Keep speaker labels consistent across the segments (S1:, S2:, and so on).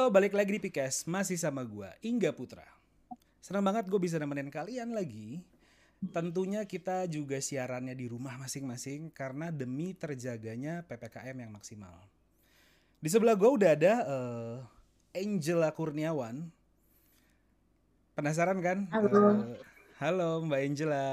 S1: Halo, balik lagi di Pikes, masih sama gua, Ingga Putra. Senang banget gue bisa nemenin kalian lagi. Tentunya kita juga siarannya di rumah masing-masing karena demi terjaganya PPKM yang maksimal. Di sebelah gua udah ada Angela Kurniawan. Penasaran kan?
S2: Halo.
S1: Halo Mbak Angela.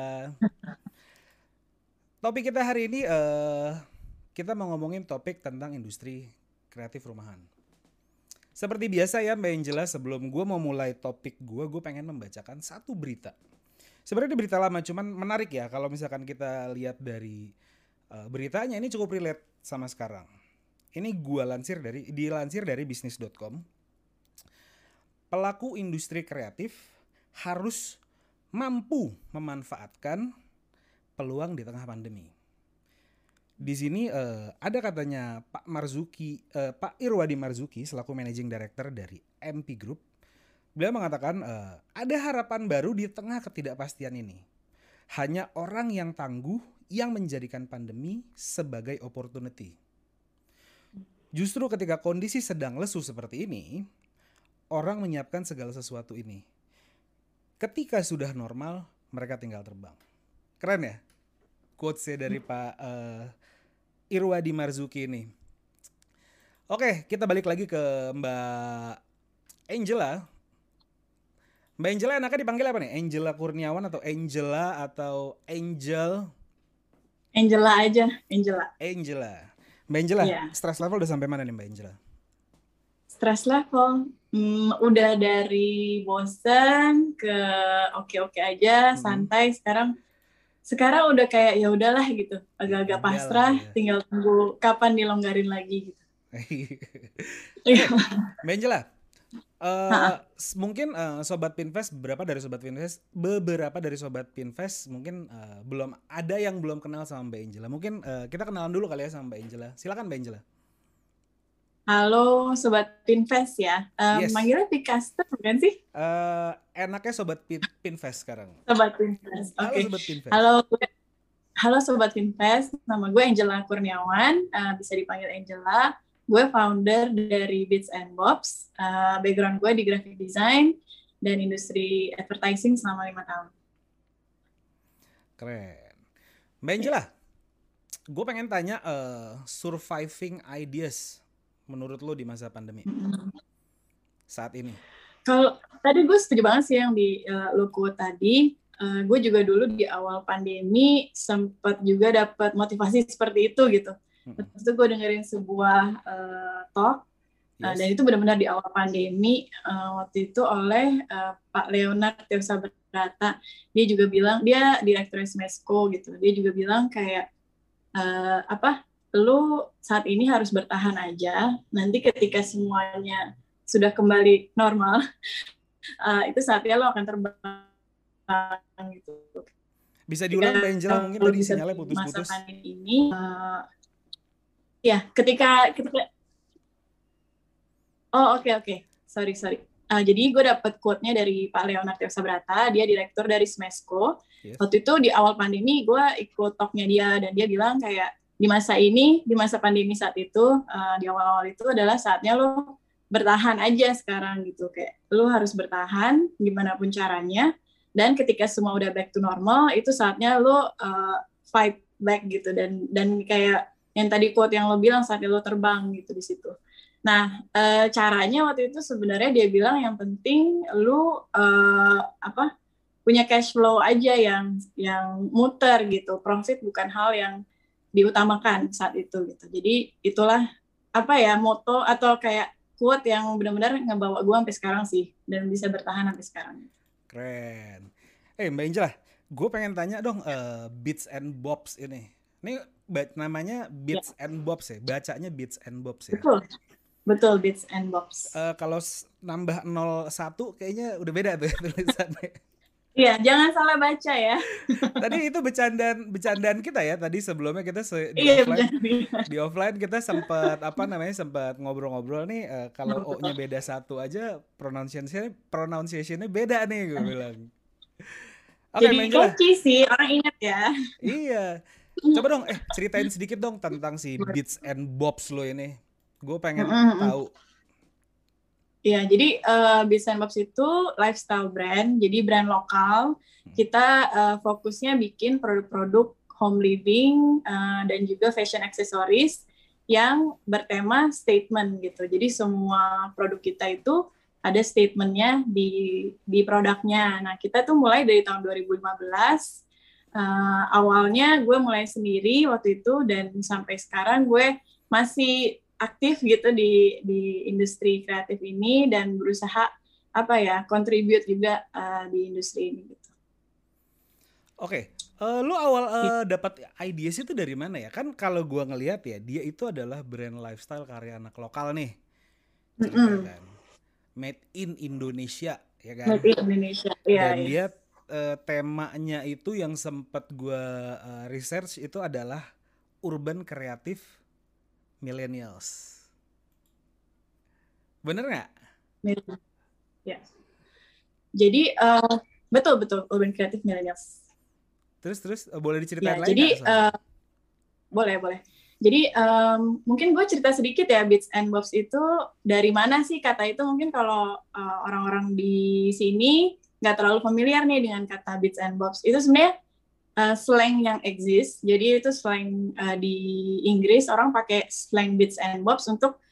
S1: Topik kita hari ini kita mau ngomongin topik tentang industri kreatif rumahan. Seperti biasa ya Mbak Angela, sebelum gue mau mulai topik gue pengen membacakan satu berita. Sebenarnya ini berita lama, cuman menarik ya kalau misalkan kita lihat dari beritanya ini cukup relate sama sekarang. Ini gue dilansir dari bisnis.com. Pelaku industri kreatif harus mampu memanfaatkan peluang di tengah pandemi. Di sini ada katanya Pak Irwadi Marzuki selaku Managing Director dari MP Group. Beliau mengatakan ada harapan baru di tengah ketidakpastian ini. Hanya orang yang tangguh yang menjadikan pandemi sebagai opportunity. Justru ketika kondisi sedang lesu seperti ini, orang menyiapkan segala sesuatu ini. Ketika sudah normal, mereka tinggal terbang. Keren ya? Quotes-nya dari Pak Irwadi Marzuki ini. Oke, kita balik lagi ke Mbak Angela. Mbak Angela enaknya dipanggil apa nih? Angela Kurniawan atau Angela atau Angel?
S2: Angela aja, Angela.
S1: Angela. Mbak Angela,
S2: Iya.
S1: stress level udah sampai mana nih Mbak Angela?
S2: Stress level, udah dari bosen ke oke-oke aja,
S1: Hmm.
S2: santai. Sekarang udah kayak ya udahlah gitu,
S1: Ya
S2: agak-agak
S1: udahlah
S2: pasrah,
S1: ya.
S2: tinggal tunggu kapan dilonggarin lagi gitu.
S1: Oke,
S2: Iya.
S1: Mbak Angela.
S2: Ha-ha.
S1: Mungkin beberapa dari sobat Pinvest mungkin belum ada yang belum kenal sama Mbak Angela. Mungkin kita kenalan dulu kali ya sama Mbak Angela. Silakan Mbak Angela.
S2: Halo Sobat Pinvest ya.
S1: Yes.
S2: Manggilnya Picaster bukan sih?
S1: Enaknya sobat Pinvest sekarang.
S2: Sobat Pinvest.
S1: Halo
S2: Oke.
S1: sobat Pinvest.
S2: Halo, halo Sobat Finvest, nama gue Angela Kurniawan, bisa dipanggil Angela. Gue founder dari Bits and Bobs, background gue di graphic design dan industri advertising selama 5 tahun.
S1: Keren. Mbak
S2: Ya.
S1: Angela, gue pengen tanya surviving ideas menurut lo di masa pandemi saat ini.
S2: Kalau tadi gue setuju banget sih yang di lo quote tadi. Gue juga dulu di awal pandemi sempat juga dapat motivasi seperti itu gitu. Terus gue dengerin sebuah talk. Dan
S1: Yes.
S2: itu benar-benar di awal pandemi waktu itu oleh Pak Leonard Teosabrata. Dia juga bilang, dia direktur Smesco gitu. Dia juga bilang kayak lu saat ini harus bertahan aja. Nanti ketika semuanya sudah kembali normal, itu saatnya lo akan terbang gitu.
S1: Bisa diulang Mbak Angela,
S2: Ketika
S1: mungkin
S2: lo
S1: tadi
S2: bisa
S1: sinyalnya
S2: di masa
S1: putus-putus.
S2: pandemi ini, ya ketika oh oke. Sorry. Jadi gue dapet quote-nya dari Pak Leonard Teosabrata, dia direktur dari Smesco.
S1: Yes.
S2: Waktu itu di awal pandemi gue ikut talk-nya dia, dan dia bilang kayak di masa ini, di masa pandemi saat itu, di awal-awal itu adalah saatnya lo bertahan aja sekarang gitu. Kayak lo harus bertahan gimana pun caranya, dan ketika semua udah back to normal, itu saatnya lo fight back gitu. Dan kayak yang tadi quote yang lo bilang, saatnya lo terbang gitu di situ. Nah, caranya waktu itu sebenarnya dia bilang yang penting lu punya cash flow aja yang muter gitu. Profit bukan hal yang diutamakan saat itu gitu. Jadi itulah moto atau kayak quote yang benar-benar ngebawa gue sampai sekarang sih, dan bisa bertahan sampai sekarang.
S1: Keren. Mbak Angela, gue pengen tanya dong Bits and Bobs ini. Ini namanya
S2: Ya,
S1: Bits and Bobs ya, bacanya Bits and Bobs ya.
S2: betul Bits and Bobs.
S1: Kalau nambah 01 kayaknya udah beda tuh tulisannya.
S2: Iya, jangan salah baca ya.
S1: Tadi itu bercandaan kita ya. Tadi sebelumnya kita di
S2: Iya,
S1: offline
S2: benar.
S1: sempat ngobrol-ngobrol nih kalau O-nya beda satu aja pronunciationnya beda nih gue bilang. Oke,
S2: Jadi
S1: Mbak Angela.
S2: catchy sih, orang ingat ya.
S1: Iya. Coba dong ceritain sedikit dong tentang si Bits and Bobs lo ini. Gue pengen tahu.
S2: Ya, jadi Bits and Bobs itu lifestyle brand, jadi brand lokal. Kita fokusnya bikin produk-produk home living dan juga fashion accessories yang bertema statement gitu. Jadi semua produk kita itu ada statementnya di produknya. Nah, kita tuh mulai dari tahun 2015. Awalnya gue mulai sendiri waktu itu dan sampai sekarang gue masih aktif gitu di industri kreatif ini dan berusaha apa ya contribute juga di industri ini gitu.
S1: Oke, lu awal dapat ideas itu dari mana ya? Kan kalau gua ngelihat ya, dia itu adalah brand lifestyle karya anak lokal nih, cerita kan, made in Indonesia, ya kan?
S2: Made in Indonesia, iya.
S1: Dan dia temanya itu yang sempat gua research itu adalah urban kreatif millennials. Bener nggak?
S2: Ya. Jadi betul urban kreatif millennials.
S1: Terus boleh diceritain lagi
S2: jadi boleh. Jadi mungkin gue cerita sedikit ya, Bits and Bobs itu dari mana sih kata itu. Mungkin kalau orang-orang di sini nggak terlalu familiar nih dengan kata Bits and Bobs. Itu sebenarnya slang yang exist. Jadi itu slang di Inggris, orang pakai slang Bits and Bobs untuk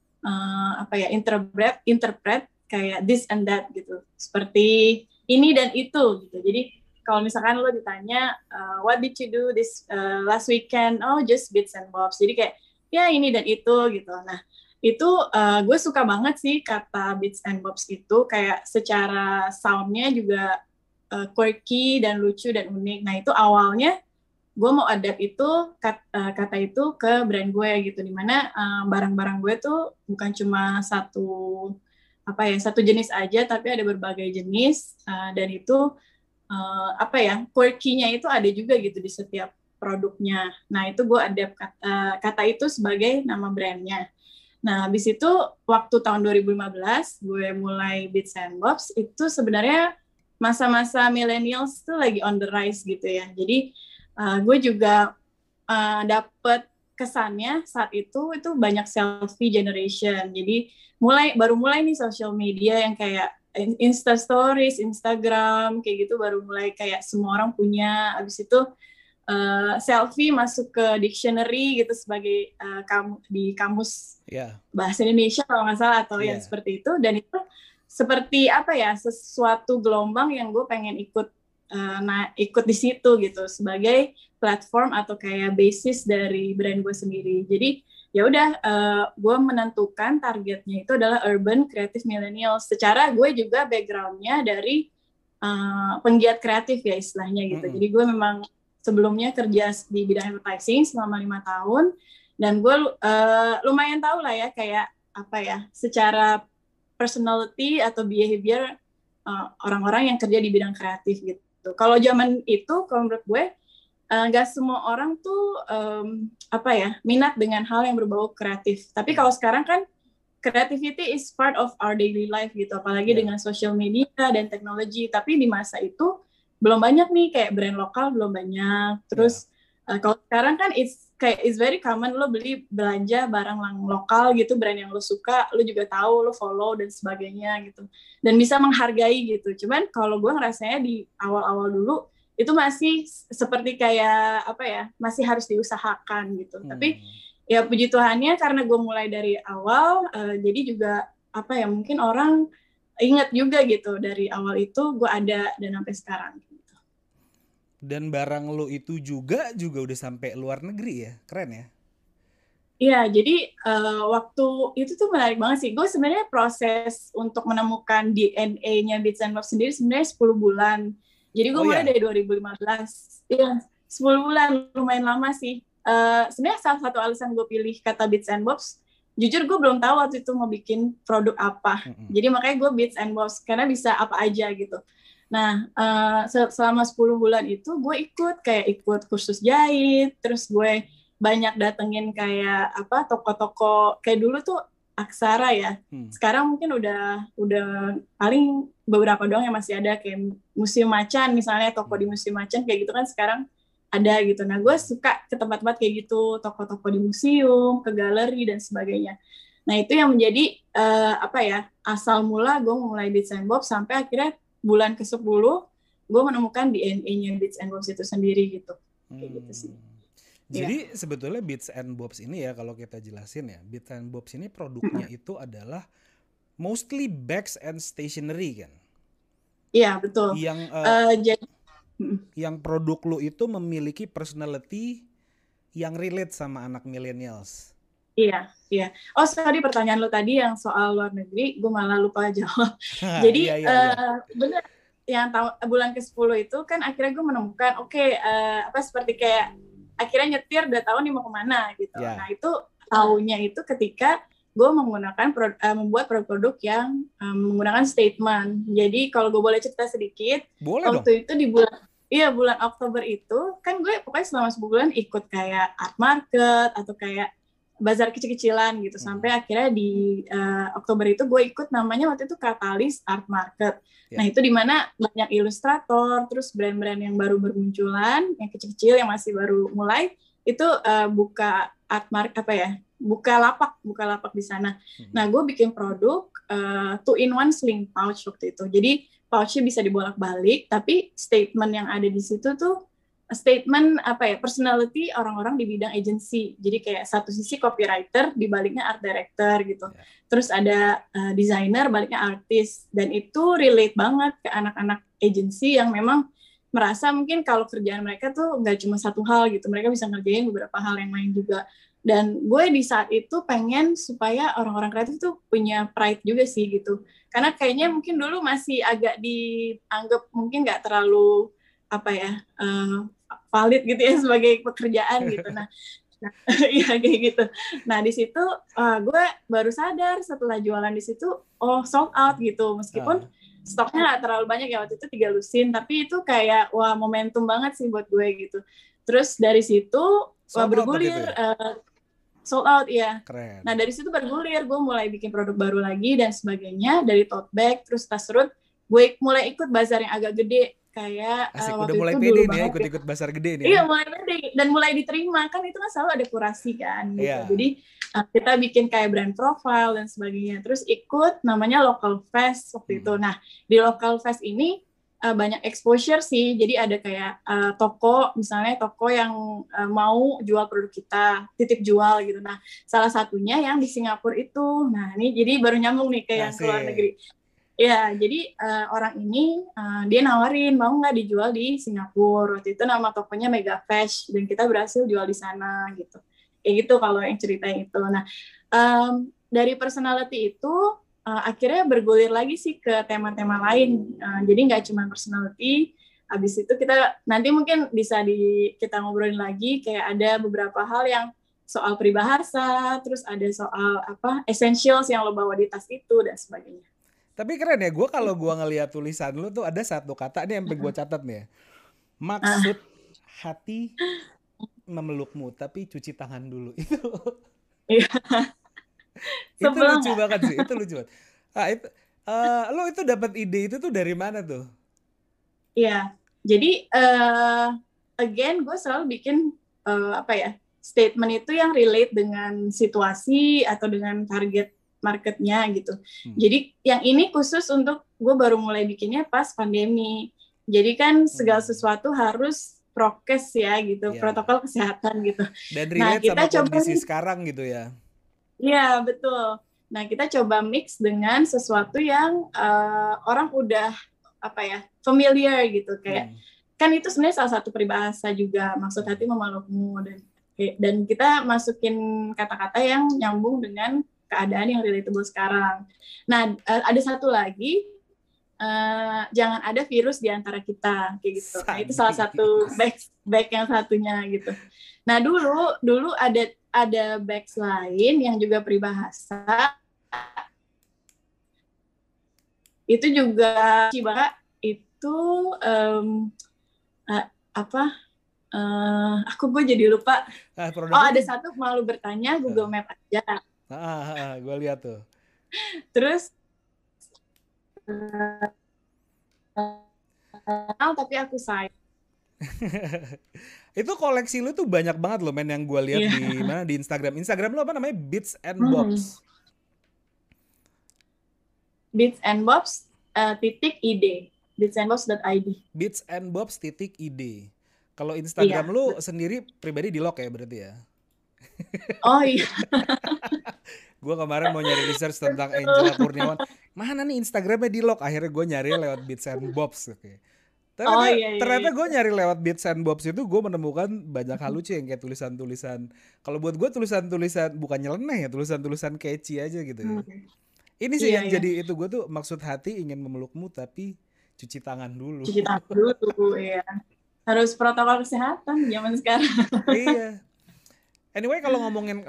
S2: interpret kayak this and that gitu. Seperti ini dan itu gitu. Jadi kalau misalkan lo ditanya what did you do this last weekend, oh just Bits and Bobs. Jadi kayak ya ini dan itu gitu. Nah itu gue suka banget sih kata Bits and Bobs itu, kayak secara soundnya juga quirky dan lucu dan unik. Nah itu awalnya gue mau adapt itu kata itu ke brand gue gitu, dimana barang-barang gue tuh bukan cuma satu jenis aja, tapi ada berbagai jenis dan itu quirky-nya itu ada juga gitu di setiap produknya. Nah, itu gue adapt kata itu sebagai nama brandnya. Nah, habis itu waktu tahun 2015 gue mulai Bits and Bobs, itu sebenarnya masa-masa millennials tuh lagi on the rise gitu ya. Jadi gue juga dapet kesannya saat itu banyak selfie generation. Jadi baru mulai nih social media yang kayak Insta Stories, Instagram, kayak gitu baru mulai kayak semua orang punya. Abis itu selfie masuk ke dictionary gitu sebagai di kamus bahasa Indonesia kalau nggak salah, atau yang seperti itu. Dan itu seperti sesuatu gelombang yang gue pengen ikut di situ gitu sebagai platform atau kayak basis dari brand gue sendiri. Jadi ya udah gue menentukan targetnya itu adalah urban creative millennials. Secara gue juga backgroundnya dari penggiat kreatif ya istilahnya gitu. Jadi gue memang sebelumnya kerja di bidang advertising selama 5 tahun dan gue lumayan tahu lah ya kayak secara personality atau behavior orang-orang yang kerja di bidang kreatif gitu. Kalau zaman itu kalau menurut gue nggak semua orang tuh minat dengan hal yang berbau kreatif. Tapi kalau sekarang kan creativity is part of our daily life gitu, apalagi dengan social media dan teknologi. Tapi di masa itu belum banyak nih, kayak brand lokal belum banyak. Terus kalau sekarang kan it's very common lo belanja barang lokal gitu, brand yang lo suka, lo juga tahu, lo follow dan sebagainya gitu. Dan bisa menghargai gitu. Cuman kalau gue ngerasanya di awal-awal dulu itu masih seperti kayak masih harus diusahakan gitu. Tapi ya puji Tuhannya karena gue mulai dari awal, jadi juga mungkin orang ingat juga gitu dari awal itu gue ada dan sampai sekarang. Gitu.
S1: Dan barang lo itu juga udah sampai luar negeri ya, keren ya?
S2: Iya, jadi waktu itu tuh menarik banget sih. Gue sebenarnya proses untuk menemukan DNA-nya Bits and Bobs sendiri sebenarnya 10 bulan. Jadi gue mulai dari 2015. Iya, 10 bulan, lumayan lama sih. Sebenarnya salah satu alasan gue pilih kata Bits and Bobs, jujur gue belum tahu waktu itu mau bikin produk apa. Jadi makanya gue Bits and Bobs, karena bisa apa aja gitu. Nah, selama 10 bulan itu gue ikut kursus jahit, terus gue banyak datengin kayak toko-toko, kayak dulu tuh Aksara ya. Sekarang mungkin udah paling beberapa doang yang masih ada, kayak Museum Macan misalnya, toko di Museum Macan kayak gitu kan sekarang ada gitu. Nah, gue suka ke tempat-tempat kayak gitu, toko-toko di museum, ke galeri dan sebagainya. Nah itu yang menjadi asal mula gue mulai Beats and Bobs sampai akhirnya bulan ke-10 gue menemukan DNA-nya Beats and Bobs itu sendiri gitu. Kayak gitu sih.
S1: Jadi sebetulnya Beats and Bobs ini ya, kalau kita jelasin ya, Beats and Bobs ini produknya itu adalah mostly bags and stationery kan?
S2: Iya betul.
S1: Yang produk lu itu memiliki personality yang relate sama anak millennials.
S2: Iya. Oh sorry, pertanyaan lo tadi yang soal luar negeri, gue malah lupa jawab. Jadi bener, yang bulan ke-10 itu kan akhirnya gue menemukan, seperti kayak akhirnya nyetir udah tahu nih mau kemana gitu. Nah itu tahunya itu ketika gue membuat produk-produk yang menggunakan statement. Jadi kalau gue boleh cerita sedikit, waktu itu di bulan Oktober itu kan gue pokoknya selama sebulan ikut kayak art market atau kayak bazar kecil-kecilan gitu, sampai akhirnya di Oktober itu gue ikut namanya waktu itu Katalis Art Market. Nah itu dimana banyak ilustrator, terus brand-brand yang baru bermunculan, yang kecil-kecil yang masih baru mulai itu buka art market buka lapak di sana. Nah gue bikin produk 2-in-1 sling pouch waktu itu. Jadi pouchnya bisa dibolak-balik, tapi statement yang ada di situ tuh statement personality orang-orang di bidang agency. Jadi kayak satu sisi copywriter, di baliknya art director gitu. Terus ada designer, baliknya artis, dan itu relate banget ke anak-anak agency yang memang merasa mungkin kalau kerjaan mereka tuh nggak cuma satu hal gitu, mereka bisa ngerjain beberapa hal yang lain juga. Dan gue di saat itu pengen supaya orang-orang kreatif tuh punya pride juga sih gitu. Karena kayaknya mungkin dulu masih agak dianggap mungkin nggak terlalu valid gitu ya sebagai pekerjaan gitu. Nah iya kayak gitu. Nah di situ gue baru sadar setelah jualan di situ, sold out gitu. Meskipun stoknya nggak terlalu banyak ya, waktu itu 3 lusin, tapi itu kayak wah momentum banget sih buat gue gitu. Terus dari situ bergulir sold out ya.
S1: Keren.
S2: Nah dari situ bergulir, gue mulai bikin produk baru lagi dan sebagainya, dari tote bag terus tas root. Gue mulai ikut bazar yang agak gede kayak
S1: udah mulai pede nih ya, ikut-ikut bazar gede nih.
S2: Iya mulai pede dan mulai diterima, kan itu kan selalu ada kurasi kan gitu. Jadi kita bikin kayak brand profile dan sebagainya. Terus ikut namanya local fest waktu itu. Nah di local fest ini banyak exposure sih. Jadi ada kayak toko, misalnya toko yang mau jual produk kita, titip jual gitu. Nah salah satunya yang di Singapura itu. Nah ini jadi baru nyambung nih ke yang ke luar negeri. Ya, jadi orang ini dia nawarin mau nggak dijual di Singapura. Waktu itu nama tokonya Mega Fresh dan kita berhasil jual di sana gitu. Kayak gitu kalau yang ceritanya itu. Nah, dari personality itu akhirnya bergulir lagi sih ke tema-tema lain. Jadi nggak cuma personality. Habis itu kita nanti mungkin bisa kita ngobrolin lagi kayak ada beberapa hal yang soal peribahasa, terus ada soal essentials yang lo bawa di tas itu dan sebagainya.
S1: Tapi keren ya, gue kalau gue ngeliat tulisan lu tuh ada satu kata nih yang gue catat nih ya. Maksud hati memelukmu, tapi cuci tangan dulu. Itu lucu banget sih, itu lucu banget. Lo itu dapat ide itu tuh dari mana tuh?
S2: Iya, jadi again gue selalu bikin statement itu yang relate dengan situasi atau dengan target marketnya gitu. Jadi yang ini khusus untuk gue baru mulai bikinnya pas pandemi. Jadi kan segala sesuatu harus prokes ya gitu, protokol kesehatan gitu.
S1: Dan relate sama kondisi sekarang gitu ya.
S2: Iya betul. Nah kita coba mix dengan sesuatu yang orang udah familiar gitu, kayak kan itu sebenarnya salah satu peribahasa juga, maksud hati memelukmu, dan kita masukin kata-kata yang nyambung dengan keadaan yang relatable sekarang. Nah, ada satu lagi, jangan ada virus di antara kita, kayak gitu. Nah, itu salah satu bag yang satunya gitu. Nah, dulu ada bags lain yang juga peribahasa. Itu juga Ciba itu gue jadi lupa. Ada satu, malu bertanya, Google Map aja.
S1: Gue lihat tuh.
S2: Terus tapi aku sayang.
S1: Itu koleksi lu tuh banyak banget loh men, yang gue lihat di mana, di Instagram lo apa namanya, Beats and Bobs.
S2: beatsandbobs.id, beatsandbobs.id.
S1: beatsandbobs.id. Kalau Instagram
S2: Iya.
S1: lu sendiri pribadi di lock ya berarti ya?
S2: Oh iya.
S1: Gue kemarin mau nyari research tentang Angela Kurniawan. Mana nih Instagramnya di lock? Akhirnya gue nyari lewat Beats and Bobs. Oke.
S2: Oh
S1: Ternyata,
S2: iya iya
S1: ternyata
S2: iya.
S1: gue nyari lewat Beats and Bobs itu gue menemukan banyak hal lucu yang kayak tulisan-tulisan. Kalau buat gue tulisan-tulisan bukan nyeleneh ya, tulisan-tulisan catchy aja gitu ya. Ini sih
S2: Iya
S1: yang
S2: iya.
S1: jadi itu gue tuh maksud hati ingin memelukmu tapi cuci tangan dulu.
S2: Cuci tangan dulu ya. Harus protokol kesehatan zaman sekarang.
S1: Iya. Anyway kalau ngomongin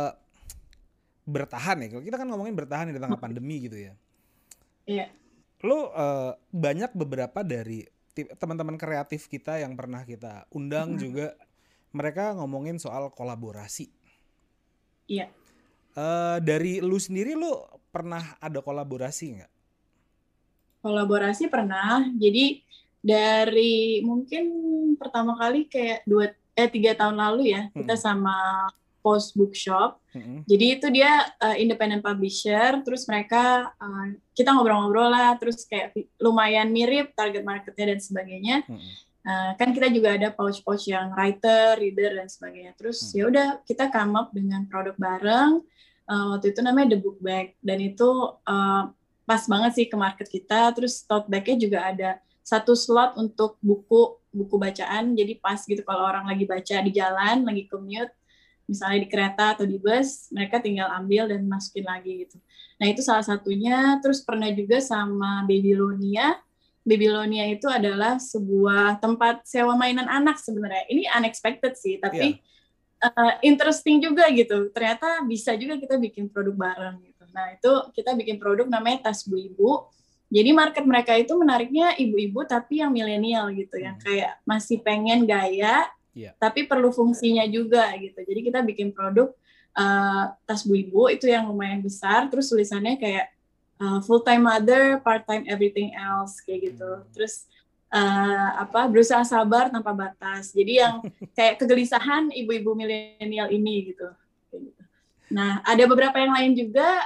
S1: bertahan ya, kalau kita kan ngomongin bertahan di tengah pandemi gitu ya.
S2: Iya.
S1: Lo banyak beberapa dari teman-teman kreatif kita yang pernah kita undang juga, mereka ngomongin soal kolaborasi.
S2: Iya.
S1: Dari lu sendiri lu pernah ada kolaborasi nggak?
S2: Kolaborasi pernah. Jadi dari mungkin pertama kali kayak 3 tahun lalu ya, kita sama Post Bookshop. Jadi itu dia independent publisher, terus mereka kita ngobrol-ngobrol lah, terus kayak lumayan mirip target marketnya dan sebagainya. Kan kita juga ada pouch-pouch yang writer, reader dan sebagainya. Terus ya udah kita come up dengan produk bareng. Waktu itu namanya The Book Bag, dan itu pas banget sih ke market kita. Terus tote bag-nya juga ada satu slot untuk buku bacaan, jadi pas gitu kalau orang lagi baca di jalan, lagi commute, misalnya di kereta atau di bus, mereka tinggal ambil dan masukin lagi gitu. Nah itu salah satunya. Terus pernah juga sama Babylonia. Babylonia itu adalah sebuah tempat sewa mainan anak sebenarnya. Ini unexpected sih, tapi interesting juga gitu. Ternyata bisa juga kita bikin produk bareng gitu. Nah itu kita bikin produk namanya Tas Bu Ibu. Jadi market mereka itu menariknya ibu-ibu tapi yang milenial gitu, yang kayak masih pengen gaya, tapi perlu fungsinya juga gitu. Jadi kita bikin produk Tas Bu Ibu itu yang lumayan besar, terus tulisannya kayak full time mother, part time everything else kayak gitu. Terus berusaha sabar tanpa batas. Jadi yang kayak kegelisahan ibu-ibu milenial ini gitu. Nah ada beberapa yang lain juga.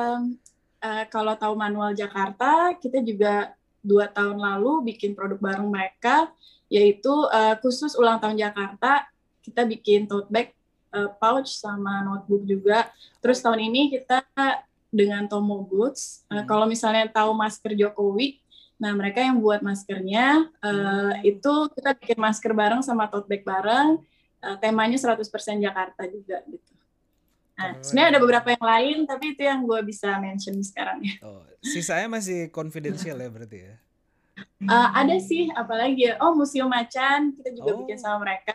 S2: Kalau tahu Manual Jakarta, kita juga 2 tahun lalu bikin produk bareng mereka, yaitu khusus ulang tahun Jakarta, kita bikin tote bag, pouch, sama notebook juga. Terus tahun ini kita dengan Tomo Goods, kalau misalnya tahu masker Jokowi, nah mereka yang buat maskernya, itu kita bikin masker bareng sama tote bag bareng, temanya 100% Jakarta juga gitu. Nah, sebenarnya ada beberapa yang lain, tapi itu yang gue bisa mention sekarang ya.
S1: Sisanya masih confidential ya berarti ya?
S2: Ada sih, apalagi ya. Museum Macan, kita juga bikin sama mereka.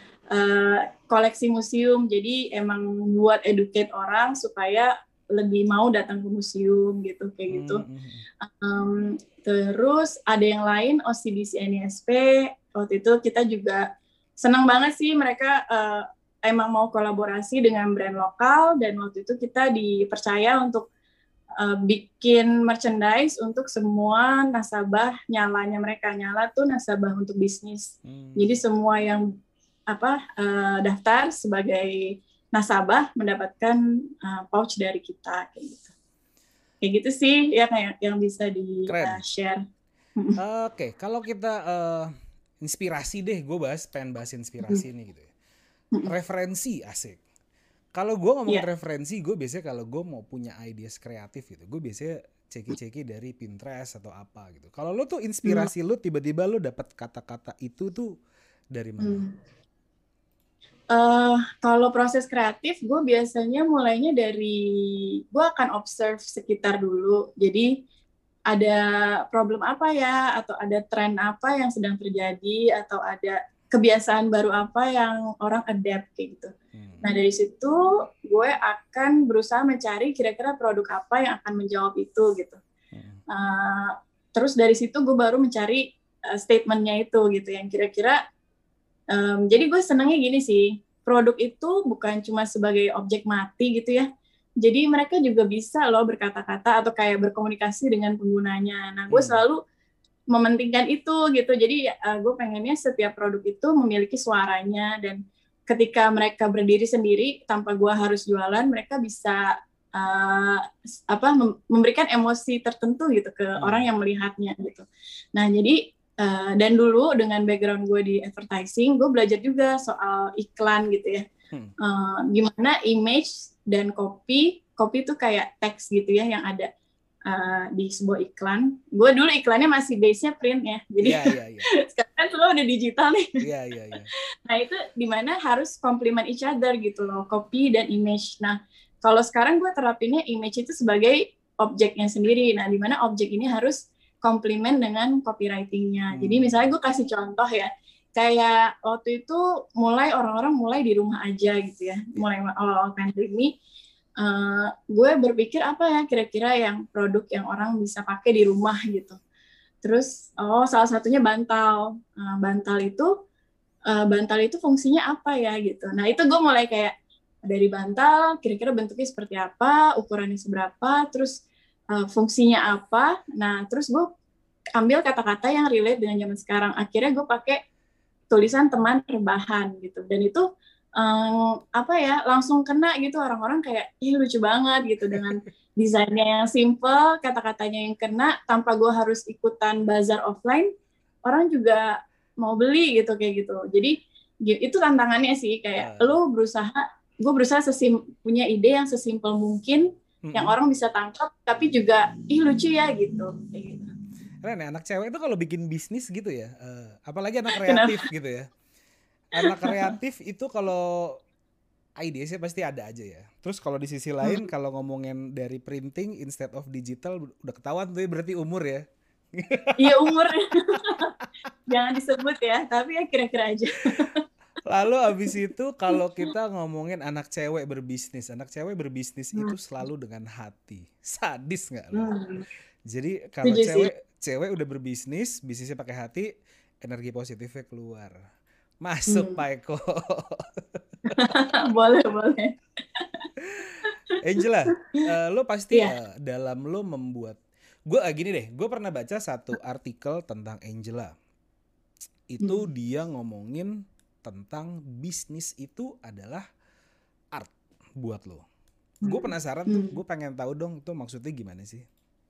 S2: Koleksi museum, jadi emang buat educate orang supaya lebih mau datang ke museum gitu, kayak gitu. Terus ada yang lain, OCBC NISP, waktu itu kita juga senang banget sih mereka emang mau kolaborasi dengan brand lokal, dan waktu itu kita dipercaya untuk bikin merchandise untuk semua nasabah Nyalanya mereka. Nyala tuh nasabah untuk bisnis. Jadi semua yang daftar sebagai nasabah mendapatkan pouch dari kita kayak gitu. Kayak gitu sih ya, kayak yang bisa di-share.
S1: Oke, kalau kita inspirasi deh, gue pengen bahas inspirasi nih gitu ya. Referensi asik. Kalau gue ngomongin referensi, gue biasanya kalau gue mau punya ideas kreatif gitu, gue biasanya ceki-ceki dari Pinterest atau apa gitu. Kalau lo tuh inspirasi lo tiba-tiba lo dapat kata-kata itu tuh dari mana?
S2: Kalau proses kreatif, gue biasanya mulainya dari gue akan observe sekitar dulu. Jadi ada problem apa ya, atau ada tren apa yang sedang terjadi, atau ada kebiasaan baru apa yang orang adapt kayak gitu. Nah dari situ gue akan berusaha mencari kira-kira produk apa yang akan menjawab itu gitu. Terus dari situ gue baru mencari statementnya itu gitu, yang kira-kira. Jadi gue senangnya gini sih, produk itu bukan cuma sebagai objek mati gitu ya. Jadi mereka juga bisa loh berkata-kata atau kayak berkomunikasi dengan penggunanya. Nah gue selalu mementingkan itu gitu. Jadi gue pengennya setiap produk itu memiliki suaranya, dan ketika mereka berdiri sendiri tanpa gue harus jualan, mereka bisa uh, memberikan emosi tertentu gitu ke orang yang melihatnya gitu. Nah jadi dan dulu dengan background gue di advertising, gue belajar juga soal iklan gitu ya. Gimana image dan copy itu kayak teks gitu ya yang ada di sebuah iklan. Gue dulu iklannya masih base-nya print ya, jadi sekarang kan semua udah digital nih. Nah itu dimana harus complement each other gitu loh, copy dan image. Nah kalau sekarang gue terapinnya image itu sebagai objeknya sendiri. Nah dimana objek ini harus komplement dengan copywriting-nya. Jadi misalnya gue kasih contoh ya, kayak waktu itu orang-orang mulai di rumah aja gitu ya, mulai awal-awal pandemi, gue berpikir apa ya kira-kira yang produk yang orang bisa pakai di rumah gitu. Terus salah satunya bantal. Bantal itu fungsinya apa ya gitu. Nah itu gue mulai kayak dari bantal, kira-kira bentuknya seperti apa, ukurannya seberapa, terus fungsinya apa. Nah terus gue ambil kata-kata yang relate dengan zaman sekarang. Akhirnya gue pakai tulisan teman rebahan gitu. Dan itu langsung kena gitu, orang-orang kayak lucu banget gitu dengan desainnya yang simple, kata-katanya yang kena, tanpa gue harus ikutan bazar offline, orang juga mau beli gitu kayak gitu. Jadi itu tantangannya sih, kayak gue berusaha punya ide yang sesimpel mungkin, yang orang bisa tangkap, tapi juga lucu ya gitu. Kayak gitu.
S1: Keren ya, anak cewek itu kalau bikin bisnis gitu ya, apalagi anak kreatif gitu ya. Anak kreatif itu kalau ide sih pasti ada aja ya. Terus kalau di sisi lain kalau ngomongin dari printing instead of digital, udah ketahuan tuh ya, berarti umur ya.
S2: Iya umur. Jangan disebut ya, tapi ya kira-kira aja.
S1: Lalu abis itu kalau kita ngomongin anak cewek berbisnis itu selalu dengan hati. Sadis nggak lo? Jadi kalau cewek udah bisnisnya pakai hati, energi positifnya keluar. Masuk Pak Eko.
S2: Boleh.
S1: Angela, lo pasti dalam lo membuat, gini deh, gue pernah baca satu artikel tentang Angela. Itu dia ngomongin tentang bisnis itu adalah art buat lo. Gue penasaran tuh, gue pengen tahu dong itu maksudnya gimana sih?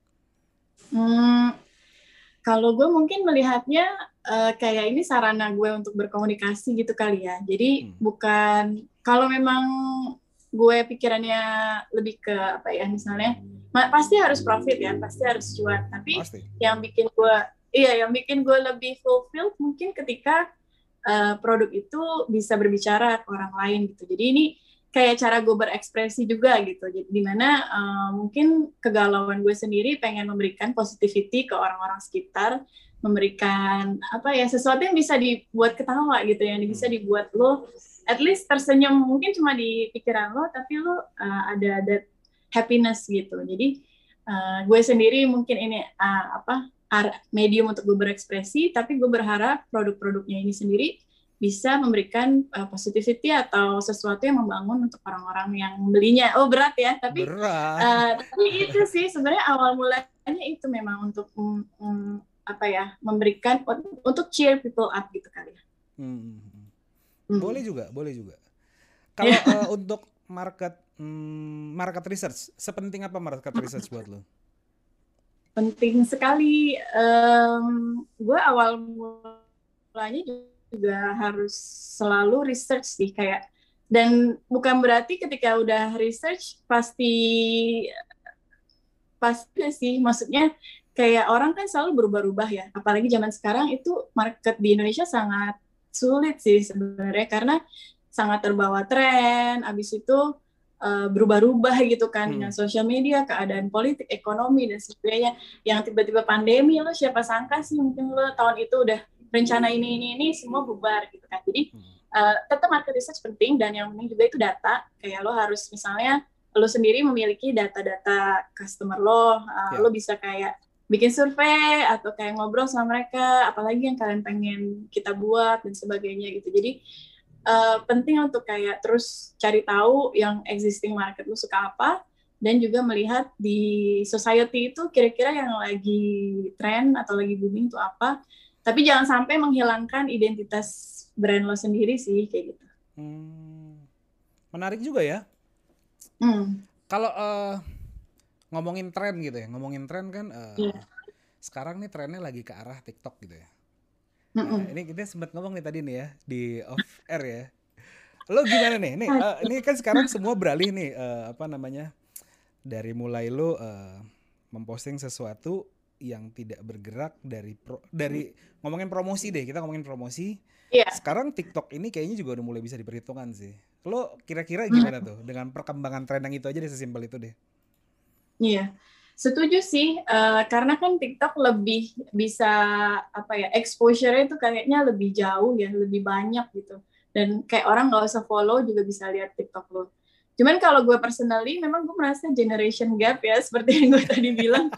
S2: Kalau gue mungkin melihatnya kayak ini sarana gue untuk berkomunikasi gitu kali ya. Jadi bukan, kalau memang gue pikirannya lebih ke apa ya, misalnya pasti harus profit ya, pasti harus cuan. Tapi yang bikin gue lebih fulfilled mungkin ketika produk itu bisa berbicara ke orang lain gitu. Jadi ini kayak cara gue berekspresi juga gitu. Jadi dimana mungkin kegalauan gue sendiri pengen memberikan positivity ke orang-orang sekitar, memberikan sesuatu yang bisa dibuat ketawa gitu, yang bisa dibuat lo at least tersenyum, mungkin cuma di pikiran lo, tapi lo ada happiness gitu. Jadi gue sendiri mungkin ini medium untuk gue berekspresi, tapi gue berharap produk-produknya ini sendiri bisa memberikan positivity atau sesuatu yang membangun untuk orang-orang yang belinya. Berat ya, tapi itu sih sebenarnya awal mulanya itu memang untuk memberikan untuk cheer people up gitu kali ya.
S1: Boleh juga. Kalau untuk market research, sepenting apa market research buat lo?
S2: Penting sekali. Gue awal mulanya juga harus selalu research sih, kayak, dan bukan berarti ketika udah research pasti sih, maksudnya kayak orang kan selalu berubah-ubah ya, apalagi zaman sekarang itu market di Indonesia sangat sulit sih sebenarnya, karena sangat terbawa tren, abis itu berubah-ubah gitu kan dengan sosial media, keadaan politik, ekonomi dan sebagainya, yang tiba-tiba pandemi, lo siapa sangka sih mungkin lo tahun itu udah rencana ini semua bubar gitu kan. Jadi tetap market research penting, dan yang penting juga itu data, kayak lo harus misalnya lo sendiri memiliki data-data customer lo, lo bisa kayak bikin survei atau kayak ngobrol sama mereka, apalagi yang kalian pengen kita buat dan sebagainya gitu. Jadi penting untuk kayak terus cari tahu yang existing market lo suka apa, dan juga melihat di society itu kira-kira yang lagi tren atau lagi booming itu apa. Tapi jangan sampai menghilangkan identitas brand lo sendiri sih, kayak gitu.
S1: Menarik juga ya. Kalau ngomongin tren gitu ya, ngomongin tren kan
S2: Iya.
S1: sekarang nih trennya lagi ke arah TikTok gitu ya. Nah,
S2: Mm-mm.
S1: ini kita sempat ngomong nih tadi nih ya di off air ya. Lo gimana nih? Nih, ini kan sekarang semua beralih nih apa namanya? Dari mulai lo memposting sesuatu yang tidak bergerak dari ngomongin promosi deh, kita ngomongin promosi.
S2: Iya.
S1: Sekarang TikTok ini kayaknya juga udah mulai bisa diperhitungkan sih. Lo kira-kira
S2: Mm.
S1: gimana tuh dengan perkembangan tren yang itu aja deh, sesimpel itu deh.
S2: Iya. Setuju sih, karena kan TikTok lebih bisa apa ya, exposure-nya itu kayaknya lebih jauh ya, lebih banyak gitu. Dan kayak orang nggak usah follow juga bisa lihat TikTok lo. Cuman kalau gue personally, memang gue merasa generation gap ya, seperti yang gue tadi bilang.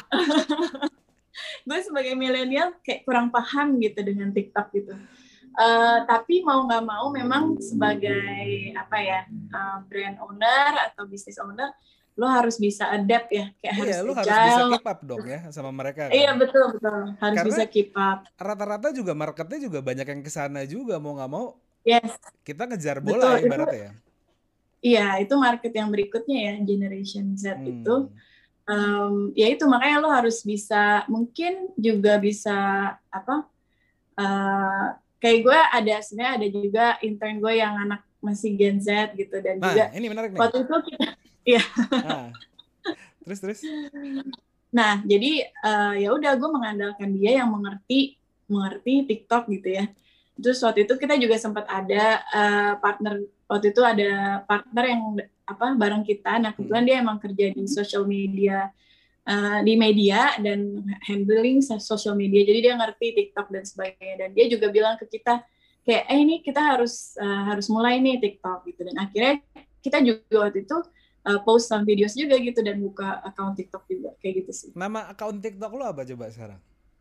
S2: Gue sebagai milenial kayak kurang paham gitu dengan TikTok gitu. Tapi mau nggak mau memang sebagai apa ya, brand owner atau business owner, lo harus bisa adapt ya, kayak
S1: Iya,
S2: harus
S1: lu harus bisa
S2: agile.
S1: keep up dong ya sama mereka
S2: Iya,
S1: kan.
S2: betul betul, harus
S1: Karena
S2: bisa keep up.
S1: rata-rata juga marketnya juga banyak yang kesana juga, mau nggak mau
S2: Yes,
S1: kita ngejar bola
S2: betul
S1: ya
S2: itu.
S1: ibaratnya ya.
S2: Iya, itu market yang berikutnya ya, generation Z itu.
S1: Hmm.
S2: Ya itu makanya lo harus bisa, mungkin juga bisa apa, uh, kayak gue ada sebenarnya ada juga intern gue yang anak masih Gen Z gitu, dan
S1: Nah,
S2: juga
S1: ini menarik nih.
S2: waktu itu kita ya.
S1: Nah, terus.
S2: Nah, jadi ya udah gue mengandalkan dia yang mengerti TikTok gitu ya. Terus waktu itu kita juga sempat ada partner, waktu itu ada partner yang apa bareng kita. Nah, kebetulan dia emang kerja di social media, di media dan handling social media. Jadi dia ngerti TikTok dan sebagainya. Dan dia juga bilang ke kita kayak ini kita harus mulai nih TikTok gitu. Dan akhirnya kita juga waktu itu post some videos juga gitu dan buka account TikTok juga kayak gitu sih.
S1: Nama akun TikTok lo apa coba sekarang?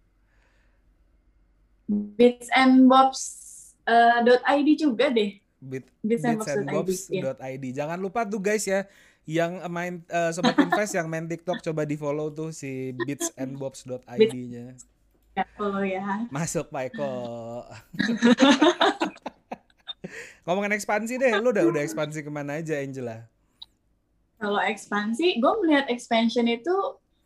S2: Bitsandbobs.id juga deh. Bitsandbobs.id. Ya.
S1: bitsandbobs.id. Jangan lupa tuh guys ya, yang main sobat invest yang main TikTok coba di follow tuh si
S2: Bits
S1: bitsandbobs.id-nya.
S2: ya, follow ya.
S1: Masuk Pak Eko. Ngomongin ekspansi deh, lu udah ekspansi kemana aja Angela?
S2: Kalau ekspansi, gue melihat expansion itu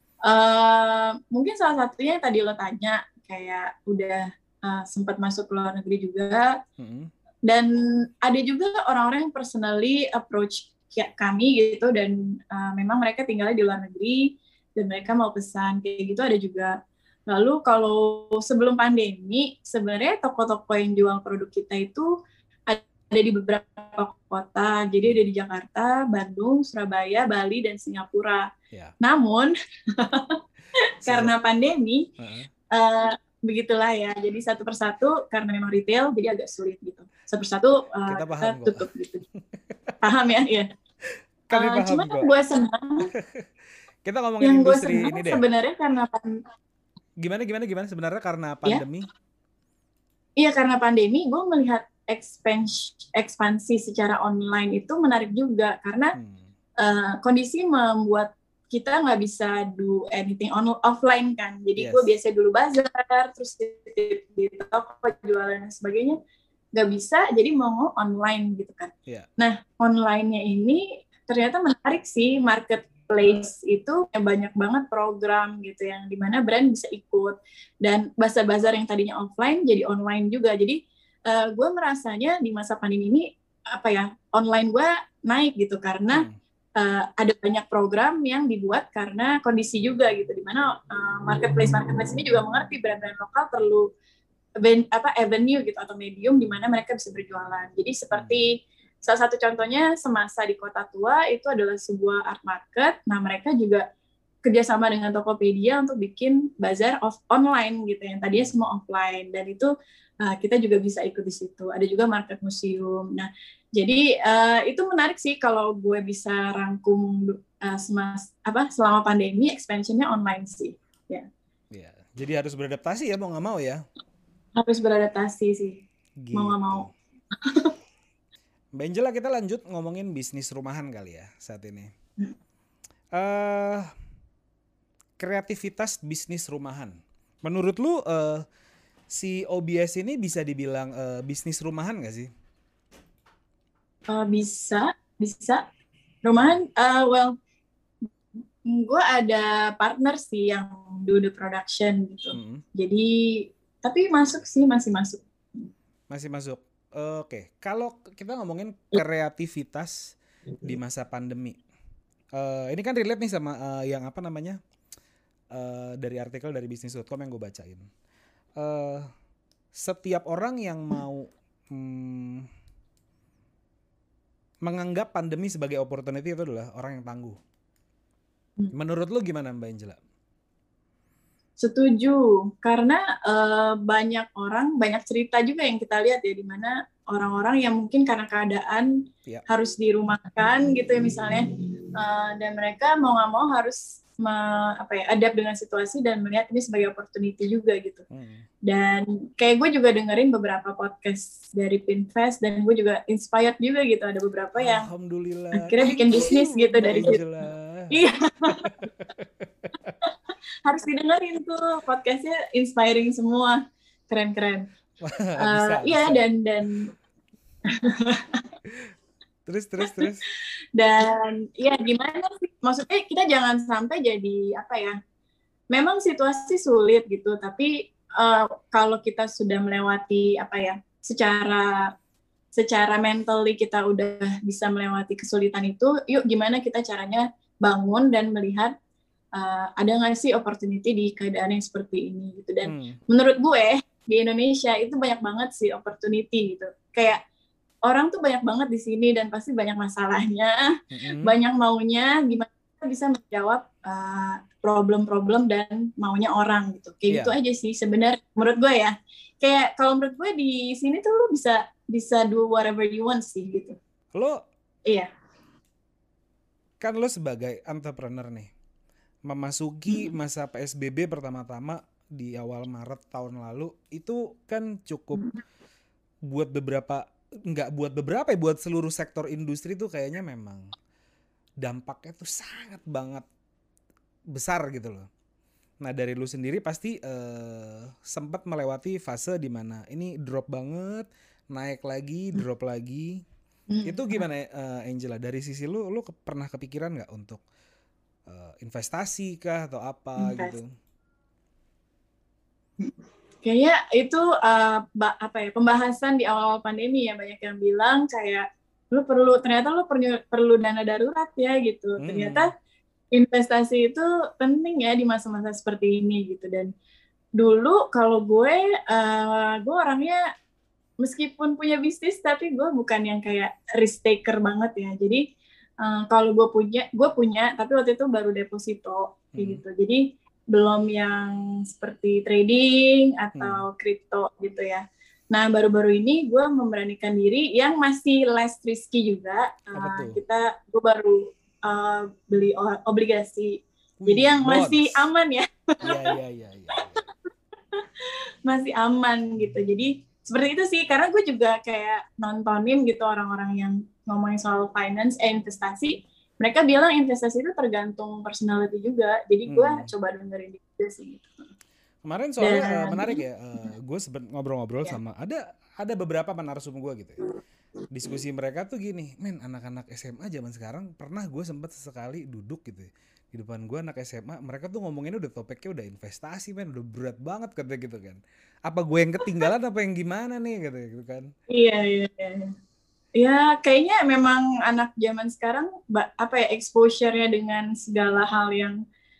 S2: mungkin salah satunya yang tadi lo tanya, kayak udah sempat masuk ke luar negeri juga. Dan ada juga orang-orang yang personally approach kami gitu, dan memang mereka tinggalnya di luar negeri dan mereka mau pesan kayak gitu, ada juga. Lalu kalau sebelum pandemi, sebenarnya toko-toko yang jual produk kita itu ada di beberapa kota. Jadi ada di Jakarta, Bandung, Surabaya, Bali, dan Singapura. Yeah. Namun karena pandemi, begitulah ya. Jadi satu persatu karena memang retail, jadi agak sulit gitu. Satu persatu kita tutup gitu. Paham ya? Ya.
S1: Kami paham
S2: cuma
S1: kok.
S2: Gue senang.
S1: Kita ngomongin industri ini deh.
S2: Sebenarnya karena
S1: gimana sebenarnya karena pandemi?
S2: Iya, karena pandemi gue melihat ekspansi secara online itu menarik juga karena kondisi membuat kita nggak bisa do anything offline kan. Jadi gue biasa dulu bazar, terus di toko jualan dan sebagainya nggak bisa, jadi mau online gitu kan. Yeah. Nah, online-nya ini ternyata menarik sih. Marketplace itu banyak banget program gitu yang dimana brand bisa ikut, dan bazar-bazar yang tadinya offline jadi online juga. Jadi gue merasanya di masa pandemi ini apa ya, online gue naik gitu karena ada banyak program yang dibuat karena kondisi juga gitu, dimana marketplace ini juga mengerti brand-brand lokal perlu avenue gitu atau medium di mana mereka bisa berjualan. Jadi seperti salah satu contohnya semasa di Kota Tua itu adalah sebuah art market. Nah, mereka juga kerjasama dengan Tokopedia untuk bikin bazar online gitu yang tadinya semua offline, dan itu kita juga bisa ikut di situ. Ada juga market museum. Nah, jadi itu menarik sih kalau gue bisa rangkum selama pandemi expansion-nya online sih. Ya.
S1: Ya, jadi harus beradaptasi ya, mau nggak mau ya.
S2: Harus beradaptasi sih, gitu. Mau nggak mau.
S1: Mbak Angela, kita lanjut ngomongin bisnis rumahan kali ya saat ini. Kreativitas bisnis rumahan. Menurut lu si OBS ini bisa dibilang bisnis rumahan nggak sih?
S2: Bisa. Rumahan, well, gue ada partner sih yang do the production gitu. Jadi, tapi masuk sih, masih masuk.
S1: Masih masuk. Oke, kalau kita ngomongin kreativitas di masa pandemi, ini kan relate nih sama yang apa namanya dari artikel dari bisnis.com yang gue bacain. Setiap orang yang mau menganggap pandemi sebagai opportunity itu adalah orang yang tangguh. Menurut lu gimana Mbak Angela?
S2: Setuju, karena banyak orang, banyak cerita juga yang kita lihat ya, di mana orang-orang yang mungkin karena keadaan harus dirumahkan gitu ya misalnya, dan mereka mau nggak mau harus adapt dengan situasi dan melihat ini sebagai opportunity juga gitu. Dan kayak gue juga dengerin beberapa podcast dari Pinvest dan gue juga inspired juga gitu, ada beberapa yang
S1: Alhamdulillah
S2: akhirnya bikin bisnis gitu dari situ. Iya. Harus didengerin tuh podcastnya, inspiring semua, keren-keren. Iya dan terus dan ya gimana sih, maksudnya kita jangan sampai jadi apa ya, memang situasi sulit gitu, tapi kalau kita sudah melewati apa ya, secara mentally kita udah bisa melewati kesulitan itu, yuk gimana kita caranya bangun dan melihat ada nggak sih opportunity di keadaan yang seperti ini gitu. Dan menurut gue di Indonesia itu banyak banget sih opportunity gitu, kayak orang tuh banyak banget di sini dan pasti banyak masalahnya, banyak maunya, gimana kita bisa menjawab problem-problem dan maunya orang gitu, kayak gitu aja sih sebenarnya menurut gue ya. Kayak kalau menurut gue di sini tuh lu bisa do whatever you want sih gitu.
S1: Lo
S2: iya
S1: kan lo sebagai entrepreneur nih memasuki masa PSBB pertama-tama di awal Maret tahun lalu, itu kan cukup buat buat seluruh sektor industri tuh kayaknya memang dampaknya tuh sangat banget besar gitu loh. Nah dari lu sendiri pasti sempat melewati fase dimana ini drop banget, naik lagi, drop lagi. Itu gimana Angela? Dari sisi lu pernah kepikiran nggak untuk investasi kah atau apa gitu?
S2: Kayaknya itu pembahasan di awal pandemi ya, banyak yang bilang kayak ternyata lu perlu dana darurat ya gitu. Ternyata investasi itu penting ya di masa-masa seperti ini gitu. Dan dulu kalau gue orangnya meskipun punya bisnis tapi gue bukan yang kayak risk taker banget ya. Jadi kalau gue punya tapi waktu itu baru deposito gitu. Jadi belum yang seperti trading atau kripto gitu ya. Nah baru-baru ini gue memberanikan diri yang masih less risky juga. Gue baru beli obligasi. Jadi yang masih aman ya.
S1: Iya.
S2: Masih aman gitu. Jadi seperti itu sih, karena gue juga kayak nontonin gitu orang-orang yang ngomongin soal finance, investasi. Mereka bilang investasi itu tergantung personality juga. Jadi gue coba dengerin juga sih.
S1: Kemarin soalnya menarik ya, gue sempet ngobrol-ngobrol sama ada beberapa penarsum gue gitu ya. Diskusi mereka tuh gini, men anak-anak SMA zaman sekarang pernah gue sempet sesekali duduk gitu ya, di depan gue anak SMA, mereka tuh ngomonginnya udah topiknya udah investasi men, udah berat banget katanya gitu kan. Apa gue yang ketinggalan apa yang gimana nih gitu kan.
S2: Iya. Ya kayaknya memang anak zaman sekarang exposure-nya dengan segala hal yang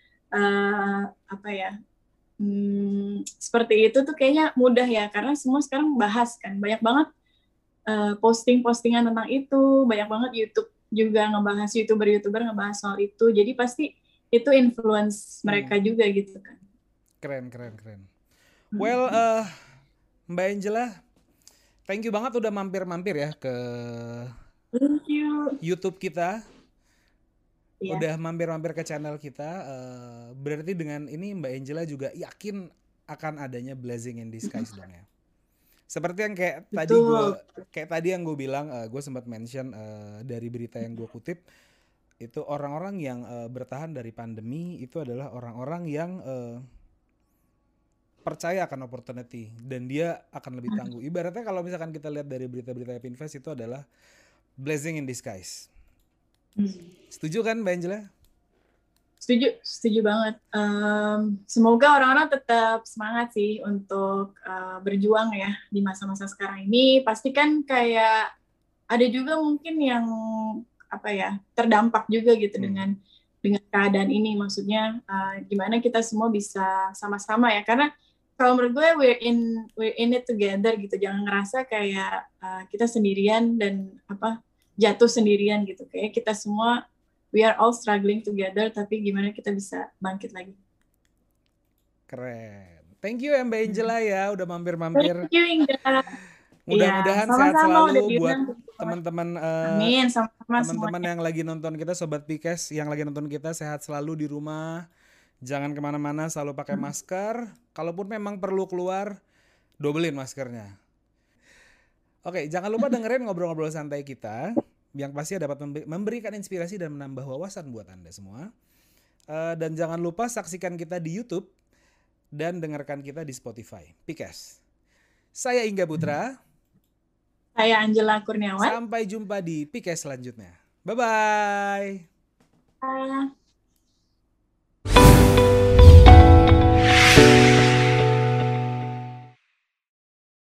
S2: seperti itu tuh kayaknya mudah ya, karena semua sekarang bahas kan, banyak banget posting-postingan tentang itu, banyak banget YouTube juga ngebahas, YouTuber ngebahas soal itu, jadi pasti itu influence mereka juga gitu kan.
S1: Keren. Well, Mbak Angela, thank you banget udah mampir ya ke YouTube kita. Udah mampir ke channel kita. Berarti dengan ini Mbak Angela juga yakin akan adanya blessing in disguise dong ya. Seperti yang kayak tadi yang gue bilang, gue sempat mention dari berita yang gue kutip, itu orang-orang yang bertahan dari pandemi itu adalah orang-orang yang percaya akan opportunity dan dia akan lebih tangguh. Ibaratnya kalau misalkan kita lihat dari berita-berita Pinvest itu adalah blessing in disguise. Setuju kan Mbak Angela?
S2: Setuju banget. Semoga orang-orang tetap semangat sih untuk berjuang ya di masa-masa sekarang ini. Pasti kan kayak ada juga mungkin yang apa ya terdampak juga gitu dengan keadaan ini. Maksudnya gimana kita semua bisa sama-sama ya. Karena kalau menurut gue we're in it together gitu. Jangan ngerasa kayak kita sendirian dan jatuh sendirian gitu. Kayak kita semua we are all struggling together, tapi gimana kita bisa bangkit lagi.
S1: Keren. Thank you ya Mbak Angela ya, udah mampir-mampir.
S2: Thank you Inga.
S1: Mudah-mudahan sehat selalu buat teman-teman
S2: Amin, sama-sama
S1: teman-teman yang lagi nonton kita, Sobat Pikes yang lagi nonton kita, sehat selalu di rumah. Jangan kemana-mana, selalu pakai masker. Kalaupun memang perlu keluar, dobelin maskernya. Oke, jangan lupa dengerin ngobrol-ngobrol santai kita, yang pasti dapat memberikan inspirasi dan menambah wawasan buat Anda semua. Dan jangan lupa saksikan kita di YouTube dan dengarkan kita di Spotify. Pikes. Saya Ingga Putra.
S2: Saya Angela Kurniawan.
S1: Sampai jumpa di Pikes selanjutnya. Bye-bye.